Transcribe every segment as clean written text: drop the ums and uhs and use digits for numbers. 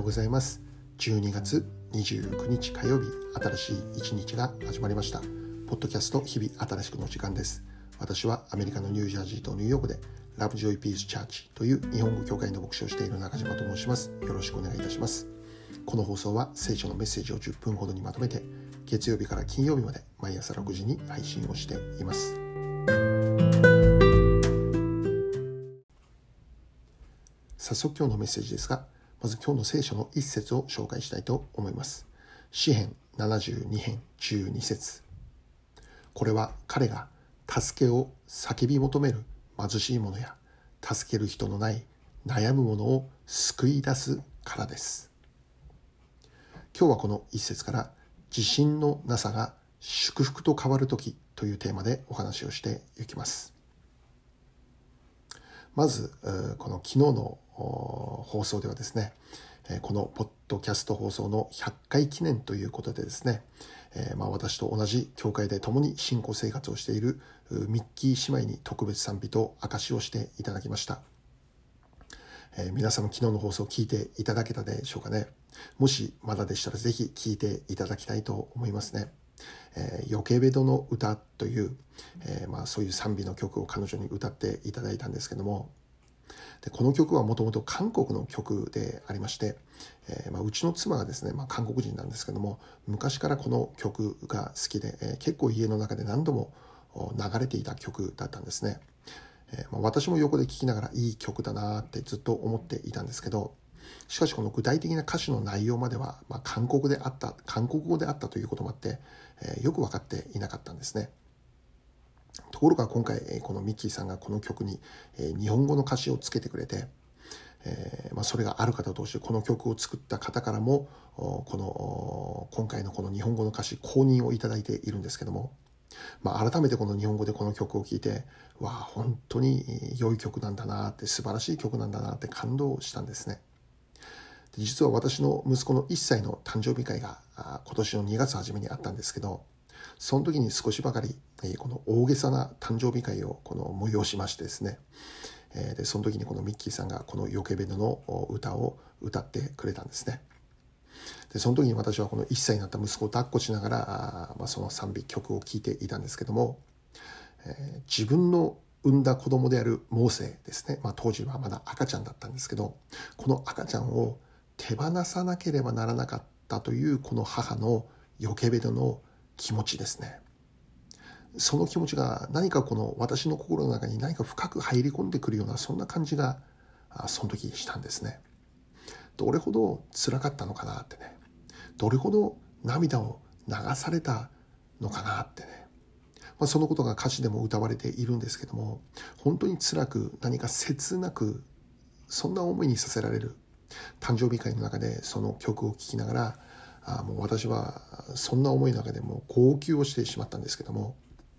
ございます。12月29日火曜日、新しい一日が始まりました。ポッドキャスト日々新しくの時間です。私はアメリカのニュージャージーとニューヨークでラブジョイピースチャーチという日本語教会の牧師をしている中島と申します。よろしくお願いいたします。この放送は聖書のメッセージを10分ほどにまとめて、月曜日から金曜日まで毎朝6時に配信をしています。早速今日のメッセージですが、まず今日の聖書の一節を紹介したいと思います。詩編72編12節。これは彼が助けを叫び求める貧しい者や助ける人のない悩む者を救い出すからです。今日はこの一節から自信のなさが祝福と変わるときというテーマでお話をしていきます。まずこの昨日の放送ではですね、このポッドキャスト放送の100回記念ということでですね、私と同じ教会で共に信仰生活をしているミッキー姉妹に特別賛美と証しをしていただきました。皆さんも昨日の放送を聞いていただけたでしょうかね。もしまだでしたらぜひ聞いていただきたいと思いますね。ヨケベドの歌という、そういう賛美の曲を彼女に歌っていただいたんですけども、でこの曲はもともと韓国の曲でありまして、うちの妻がですね、韓国人なんですけども、昔からこの曲が好きで、結構家の中で何度も流れていた曲だったんですね。私も横で聴きながらいい曲だなってずっと思っていたんですけど、しかしこの具体的な歌詞の内容までは、韓国語であったということもあって、よく分かっていなかったんですね。ところが今回このミッキーさんがこの曲に日本語の歌詞をつけてくれて、それがある方としてこの曲を作った方からも今回のこの日本語の歌詞公認をいただいているんですけども、改めてこの日本語でこの曲を聴いて、本当に良い曲なんだなって、素晴らしい曲なんだなって感動したんですね。で実は私の息子の1歳の誕生日会が今年の2月初めにあったんですけど、その時に少しばかりこの大げさな誕生日会を催しましてですね、でその時にこのミッキーさんがこのヨケベドの歌を歌ってくれたんですね。でその時に私はこの1歳になった息子を抱っこしながらその賛美曲を聴いていたんですけども、自分の産んだ子供であるモーセですね、当時はまだ赤ちゃんだったんですけど、この赤ちゃんを手放さなければならなかったというこの母のヨケベドの気持ちですね。その気持ちが何かこの私の心の中に何か深く入り込んでくるような、そんな感じがその時したんですね。どれほど辛かったのかなってね、どれほど涙を流されたのかなってね、そのことが歌詞でも歌われているんですけども、本当に辛く何か切なく、そんな思いにさせられる誕生日会の中でその曲を聴きながら、もう私はそんな思いの中でもう号泣をしてしまったんですけども、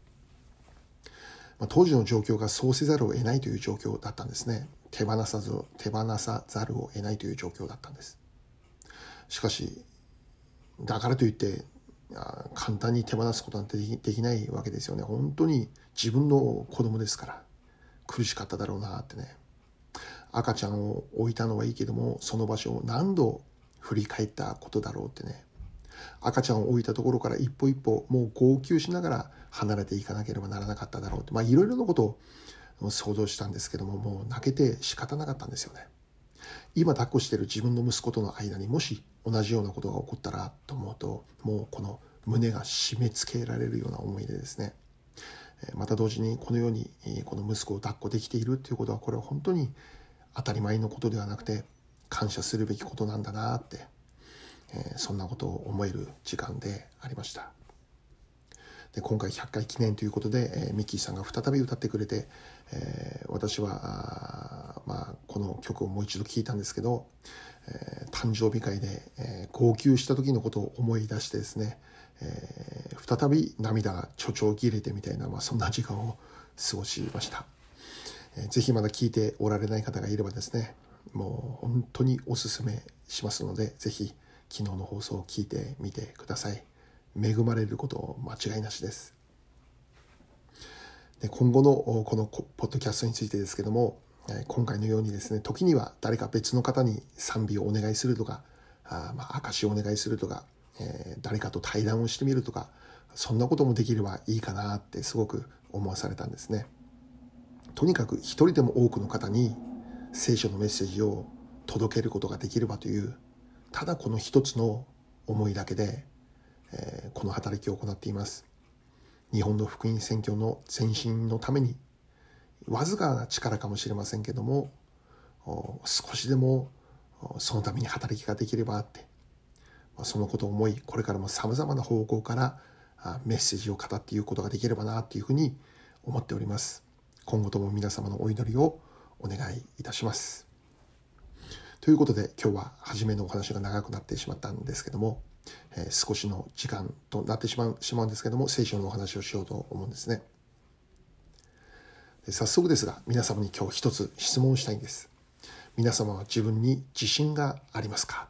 当時の状況がそうせざるを得ないという状況だったんですね。手放さざるを得ないという状況だったんです。しかしだからといって簡単に手放すことなんてできないわけですよね。本当に自分の子供ですから苦しかっただろうなってね。赤ちゃんを置いたのはいいけども、その場所を何度振り返ったことだろうってね。赤ちゃんを置いたところから一歩一歩もう号泣しながら離れていかなければならなかっただろうって、いろいろなことを想像したんですけども、もう泣けて仕方なかったんですよね。今抱っこしている自分の息子との間にもし同じようなことが起こったらと思うと、もうこの胸が締め付けられるような思いでですね、また同時にこのようにこの息子を抱っこできているということは、これは本当に当たり前のことではなくて感謝するべきことなんだなって、そんなことを思える時間でありました。で今回100回記念ということで、ミッキーさんが再び歌ってくれて、私はこの曲をもう一度聴いたんですけど、誕生日会で、号泣した時のことを思い出してですね、再び涙がちょちょぎれてみたいな、そんな時間を過ごしました。ぜひまだ聞いておられない方がいればですね、もう本当におすすめしますので、ぜひ昨日の放送を聞いてみてください。恵まれること間違いなしです。で今後のこのポッドキャストについてですけども、今回のようにですね、時には誰か別の方に賛美をお願いするとか、 証しをお願いするとか、誰かと対談をしてみるとか、そんなこともできればいいかなってすごく思わされたんですね。とにかく一人でも多くの方に聖書のメッセージを届けることができればという、ただこの一つの思いだけで、この働きを行っています。日本の福音宣教の前進のために、わずかな力かもしれませんけども、少しでもそのために働きができればって、そのことを思い、これからも様々な方向からメッセージを語っていくことができればなというふうに思っております。今後とも皆様のお祈りをお願いいたします。ということで、今日は初めのお話が長くなってしまったんですけども、少しの時間となってしまうんですけども、聖書のお話をしようと思うんですね。早速ですが、皆様に今日一つ質問をしたいんです。皆様は自分に自信がありますか？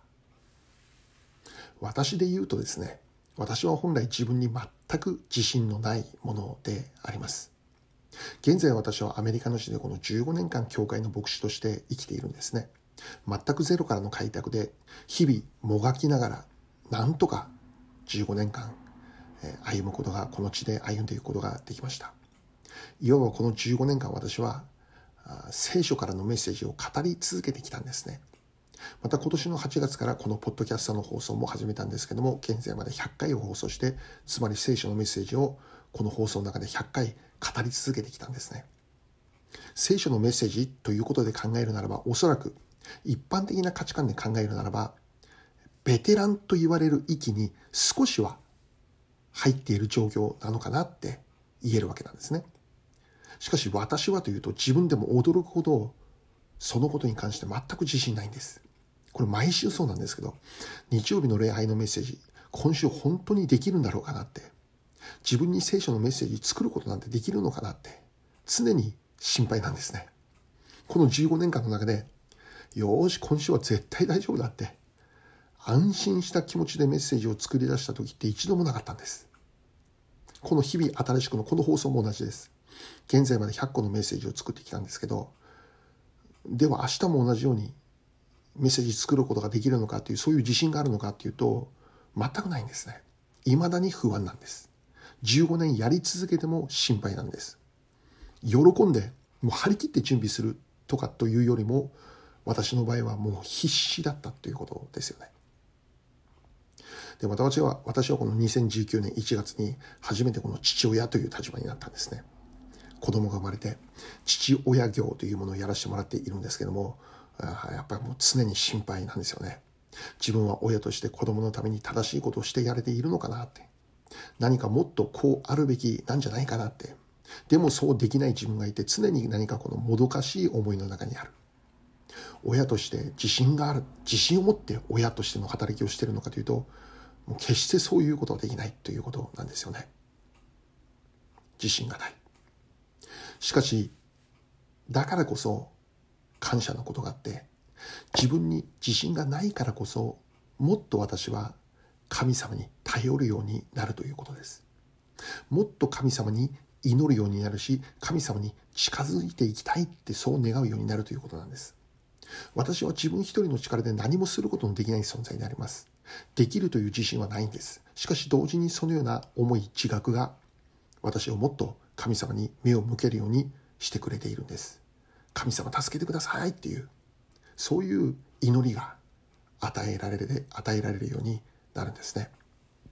私で言うとですね、私は本来自分に全く自信のないものであります。現在私はアメリカの地でこの15年間教会の牧師として生きているんですね。全くゼロからの開拓で日々もがきながらなんとか15年間歩むことが、この地で歩んでいくことができました。いわばこの15年間私は聖書からのメッセージを語り続けてきたんですね。また今年の8月からこのポッドキャストの放送も始めたんですけども、現在まで100回を放送して、つまり聖書のメッセージをこの放送の中で100回語り続けてきたんですね。聖書のメッセージということで考えるならば、おそらく一般的な価値観で考えるならば、ベテランと言われる域に少しは入っている状況なのかなって言えるわけなんですね。しかし私はというと、自分でも驚くほどそのことに関して全く自信ないんです。これ毎週そうなんですけど、日曜日の礼拝のメッセージ、今週本当にできるんだろうかなって、自分に聖書のメッセージ作ることなんてできるのかなって、常に心配なんですね。この15年間の中で、よーし今週は絶対大丈夫だって、安心した気持ちでメッセージを作り出した時って一度もなかったんです。この日々新しくのこの放送も同じです。現在まで100個のメッセージを作ってきたんですけど、では明日も同じようにメッセージ作ることができるのかという、そういう自信があるのかというと全くないんですね。未だに不安なんです。15年やり続けても心配なんです。喜んでもう張り切って準備するとかというよりも、私の場合はもう必死だったということですよね。で、私はこの2019年1月に初めてこの父親という立場になったんですね。子供が生まれて父親業というものをやらせてもらっているんですけども、やっぱりもう常に心配なんですよね。自分は親として子供のために正しいことをしてやれているのかなって、何かもっとこうあるべきなんじゃないかなって、でもそうできない自分がいて、常に何かこのもどかしい思いの中にある。親として自信がある、自信を持って親としての働きをしているのかというと、もう決してそういうことはできないということなんですよね。自信がない。しかしだからこそ感謝のことがあって、自分に自信がないからこそもっと私は神様に頼るようになるということです。もっと神様に祈るようになるし、神様に近づいていきたいってそう願うようになるということなんです。私は自分一人の力で何もすることのできない存在であります。できるという自信はないんです。しかし同時にそのような重い自覚が私をもっと神様に目を向けるようにしてくれているんです。神様助けてくださいっていう、そういう祈りが与えられるようになるんですね。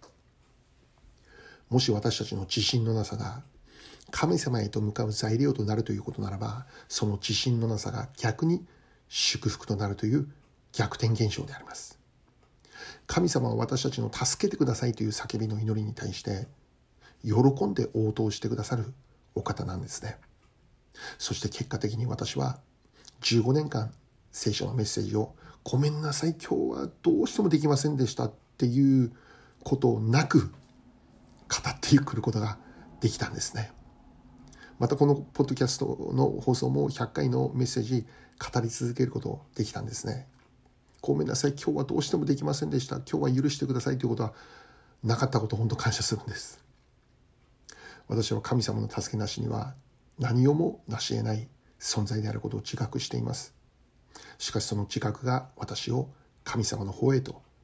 もし私たちの自信のなさが神様へと向かう材料となるということならば、その自信のなさが逆に祝福となるという逆転現象であります。神様は私たちの助けてくださいという叫びの祈りに対して喜んで応答してくださるお方なんですね。そして結果的に私は15年間聖書のメッセージをごめんなさい今日はどうしてもできませんでしたっていうことなく語ってくることができたんですね。またこのポッドキャストの放送も100回のメッセージ語り続けることできたんですね。ごめんなさい今日はどうしてもできませんでした、今日は許してくださいということはなかったことを本当感謝するんです。私は神様の助けなしには何をも成し得ない存在であることを自覚しています。しかしその自覚が私を神様の方へと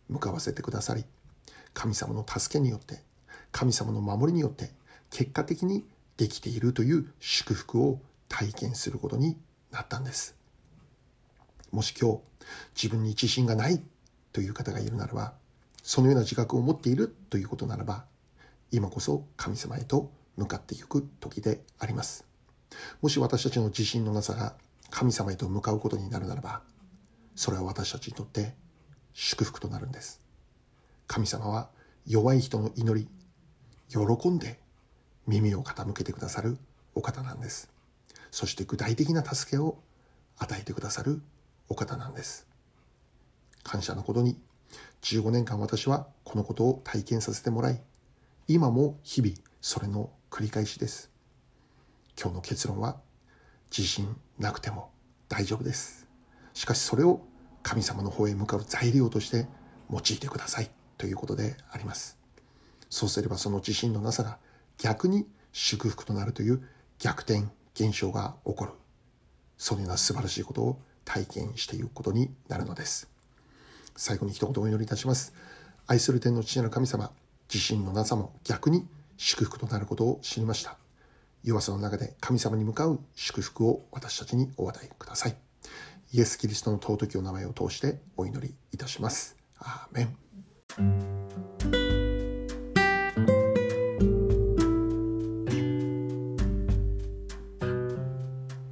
向かわせてくださり、神様の助けによって、神様の守りによって結果的にできているという祝福を体験することになったんです。もし今日自分に自信がないという方がいるならば、そのような自覚を持っているということならば、今こそ神様へと向かっていく時であります。もし私たちの自信のなさが神様へと向かうことになるならば、それは私たちにとって祝福となるんです。神様は弱い人の祈り、喜んで耳を傾けてくださるお方なんです。そして具体的な助けを与えてくださるお方なんです。感謝のことに、15年間私はこのことを体験させてもらい、今も日々それの繰り返しです。今日の結論は、自信なくても大丈夫です。しかしそれを神様の方へ向かう材料として用いてくださいということであります。そうすればその自信のなさが逆に祝福となるという逆転現象が起こる。そのような素晴らしいことを体験していくことになるのです。最後に一言お祈りいたします。愛する天の父なる神様、自信のなさも逆に祝福となることを知りました。弱さの中で神様に向かう祝福を私たちにお与えください。イエス・キリストの尊きお名前を通してお祈りいたします。アーメン。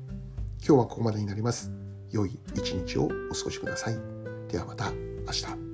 今日はここまでになります。良い一日をお過ごしください。ではまた明日。